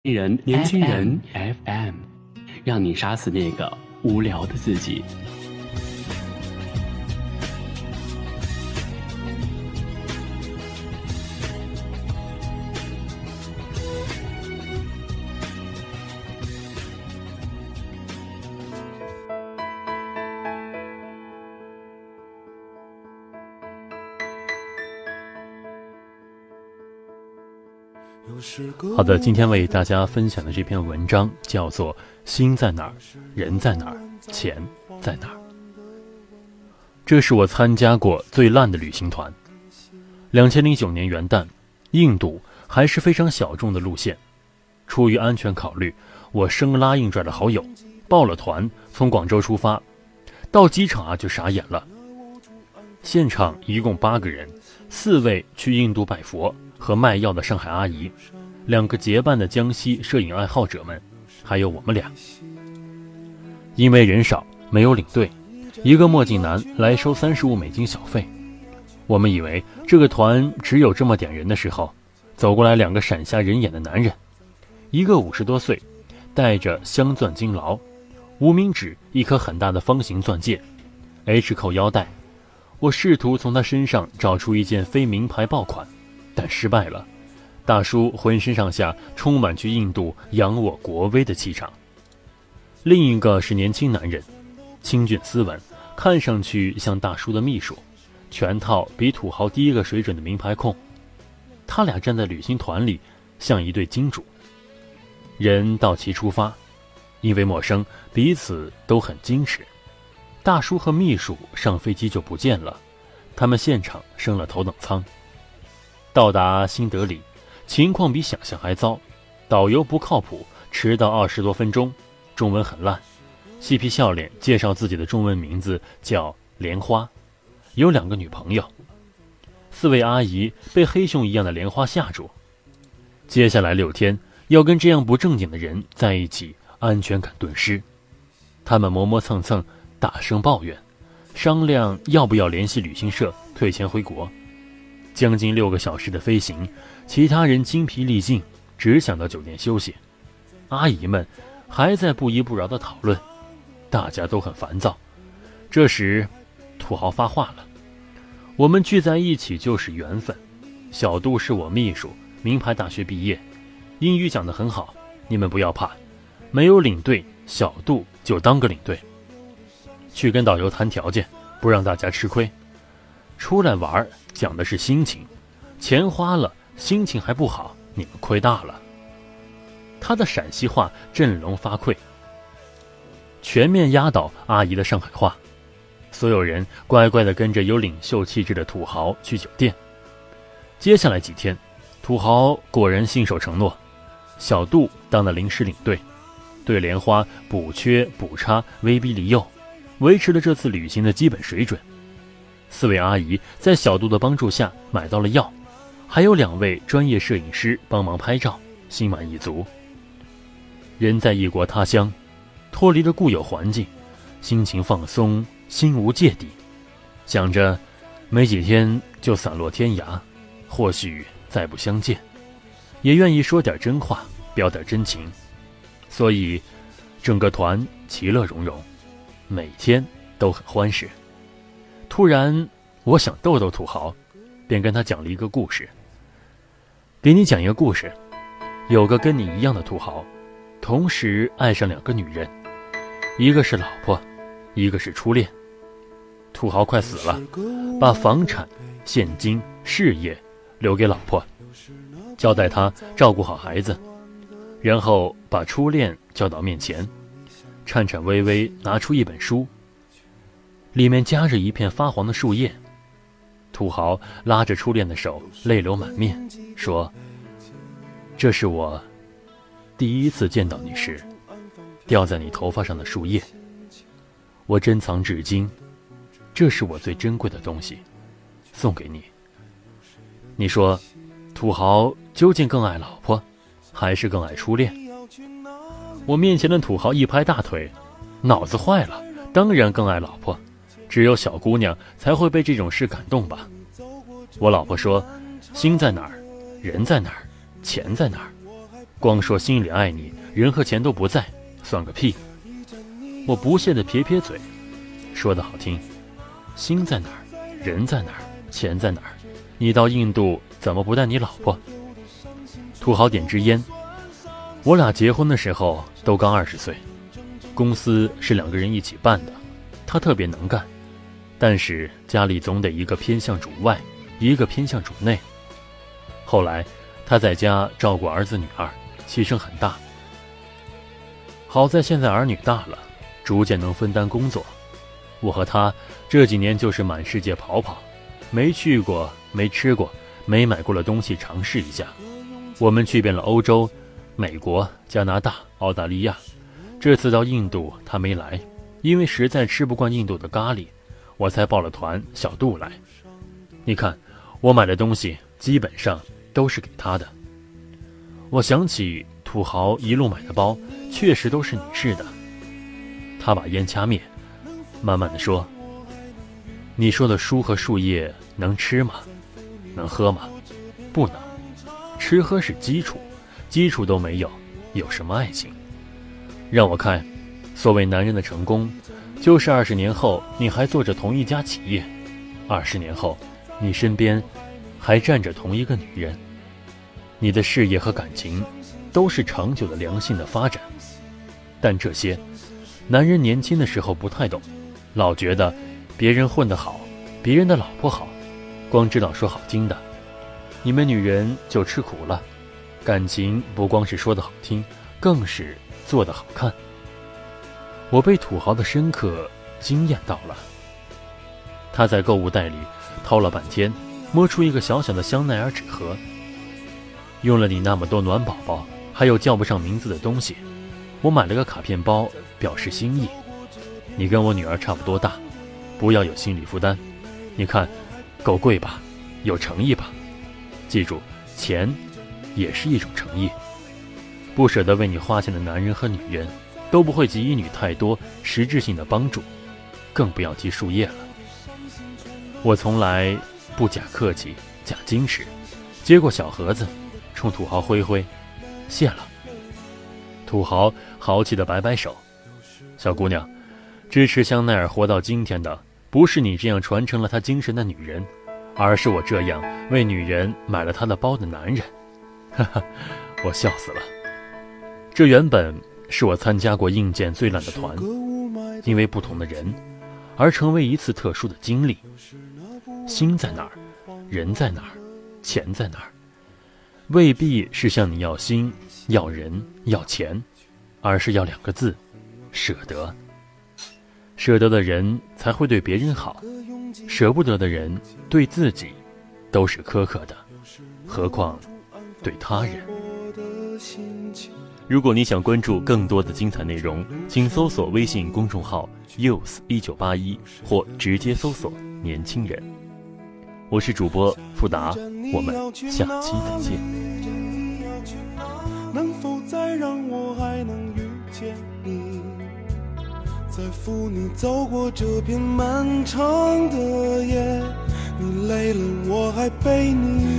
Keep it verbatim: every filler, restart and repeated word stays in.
人年轻人 F M， 让你杀死那个无聊的自己。 好的，今天为大家分享的这篇文章叫做《心在哪儿，人在哪儿，钱在哪儿》。这是我参加过最烂的旅行团。二零零九年元旦，印度还是非常小众的路线。出于安全考虑，我生拉硬拽的好友报了团，从广州出发。到机场啊就傻眼了。现场一共八个人，四位去印度拜佛和卖药的上海阿姨，两个结伴的江西摄影爱好者们，还有我们俩。因为人少没有领队，一个墨镜男来收三十五美金小费。我们以为这个团只有这么点人的时候，走过来两个闪瞎人眼的男人，一个五十多岁，戴着镶钻金劳，无名指一颗很大的方形钻戒， H 扣腰带。我试图从他身上找出一件非名牌爆款，但失败了。大叔浑身上下充满去印度扬我国威的气场。另一个是年轻男人，清俊斯文，看上去像大叔的秘书，全套比土豪低一个水准的名牌控。他俩站在旅行团里像一对金主。人到齐出发，因为陌生，彼此都很矜持。大叔和秘书上飞机就不见了，他们现场升了头等舱。到达新德里，情况比想象还糟，导游不靠谱，迟到二十多分钟，中文很烂，嬉皮笑脸介绍自己的中文名字叫莲花，有两个女朋友。四位阿姨被黑熊一样的莲花吓住。接下来六天要跟这样不正经的人在一起，安全感顿失。他们磨磨蹭蹭，大声抱怨，商量要不要联系旅行社退钱回国。将近六个小时的飞行，其他人精疲力尽，只想到酒店休息。阿姨们还在不依不饶地讨论，大家都很烦躁。这时土豪发话了，我们聚在一起就是缘分。小杜是我秘书，名牌大学毕业，英语讲得很好，你们不要怕，没有领队，小杜就当个领队，去跟导游谈条件，不让大家吃亏。出来玩讲的是心情，钱花了心情还不好，你们亏大了。他的陕西话振聋发聩，全面压倒阿姨的上海话。所有人乖乖地跟着有领袖气质的土豪去酒店。接下来几天，土豪果然信守承诺，小杜当了临时领队，对莲花补缺补差，威逼利诱，维持了这次旅行的基本水准。四位阿姨在小杜的帮助下买到了药，还有两位专业摄影师帮忙拍照，心满意足。人在异国他乡，脱离了固有环境，心情放松，心无芥蒂，想着没几天就散落天涯，或许再不相见，也愿意说点真话，表点真情。所以整个团其乐融融，每天都很欢实。突然我想逗逗土豪，便跟他讲了一个故事。给你讲一个故事，有个跟你一样的土豪，同时爱上两个女人，一个是老婆，一个是初恋。土豪快死了，把房产、现金、事业留给老婆，交代她照顾好孩子，然后把初恋叫到面前，颤颤巍巍拿出一本书，里面夹着一片发黄的树叶。土豪拉着初恋的手，泪流满面，说：这是我第一次见到你时掉在你头发上的树叶，我珍藏至今，这是我最珍贵的东西，送给你。你说土豪究竟更爱老婆，还是更爱初恋？我面前的土豪一拍大腿，脑子坏了，当然更爱老婆，只有小姑娘才会被这种事感动吧。我老婆说，心在哪儿，人在哪儿，钱在哪儿。 光说心里爱你，人和钱都不在，算个屁。我不屑地撇撇嘴，说得好听，心在哪儿，人在哪儿，钱在哪儿？你到印度怎么不带你老婆？土豪点支烟。我俩结婚的时候都刚二十岁，公司是两个人一起办的，他特别能干，但是家里总得一个偏向主外，一个偏向主内。后来他在家照顾儿子女儿，牺牲很大。好在现在儿女大了，逐渐能分担工作。我和他这几年就是满世界跑跑，没去过，没吃过，没买过的东西尝试一下。我们去遍了欧洲、美国、加拿大、澳大利亚。这次到印度他没来，因为实在吃不惯印度的咖喱，我才报了团小杜来。你看，我买的东西基本上都是给他的。我想起土豪一路买的包确实都是女士的。他把烟掐灭，慢慢地说，你说的书和树叶能吃吗？能喝吗？不能。吃喝是基础，基础都没有，有什么爱情？让我看，所谓男人的成功，就是二十年后你还做着同一家企业，二十年后你身边还站着同一个女人，你的事业和感情都是长久的良性的发展。但这些男人年轻的时候不太懂，老觉得别人混得好，别人的老婆好，光知道说好听的。你们女人就吃苦了，感情不光是说得好听，更是做得好看。我被土豪的深刻惊艳到了。他在购物袋里掏了半天，摸出一个小小的香奈儿纸盒。用了你那么多暖宝宝，还有叫不上名字的东西，我买了个卡片包表示心意。你跟我女儿差不多大，不要有心理负担。你看，够贵吧？有诚意吧？记住，钱也是一种诚意。不舍得为你花钱的男人和女人，都不会给予你太多实质性的帮助，更不要提树叶了。我从来不假客气，假矜持，接过小盒子，冲土豪挥挥，谢了。土豪豪气的摆摆手，小姑娘，支持香奈儿活到今天的，不是你这样传承了她精神的女人，而是我这样为女人买了她的包的男人。哈哈，我笑死了。这原本是我参加过硬件最烂的团，因为不同的人而成为一次特殊的经历。心在哪儿，人在哪儿，钱在哪儿，未必是向你要心、要人、要钱，而是要两个字：舍得。舍得的人才会对别人好，舍不得的人对自己都是苛刻的，何况对他人。如果你想关注更多的精彩内容，请搜索微信公众号 youth 一九八一 或直接搜索年轻人。我是主播富达，我们下期再见。能否再让我还能遇见你，再扶你走过这片漫长的夜，你累了我还陪你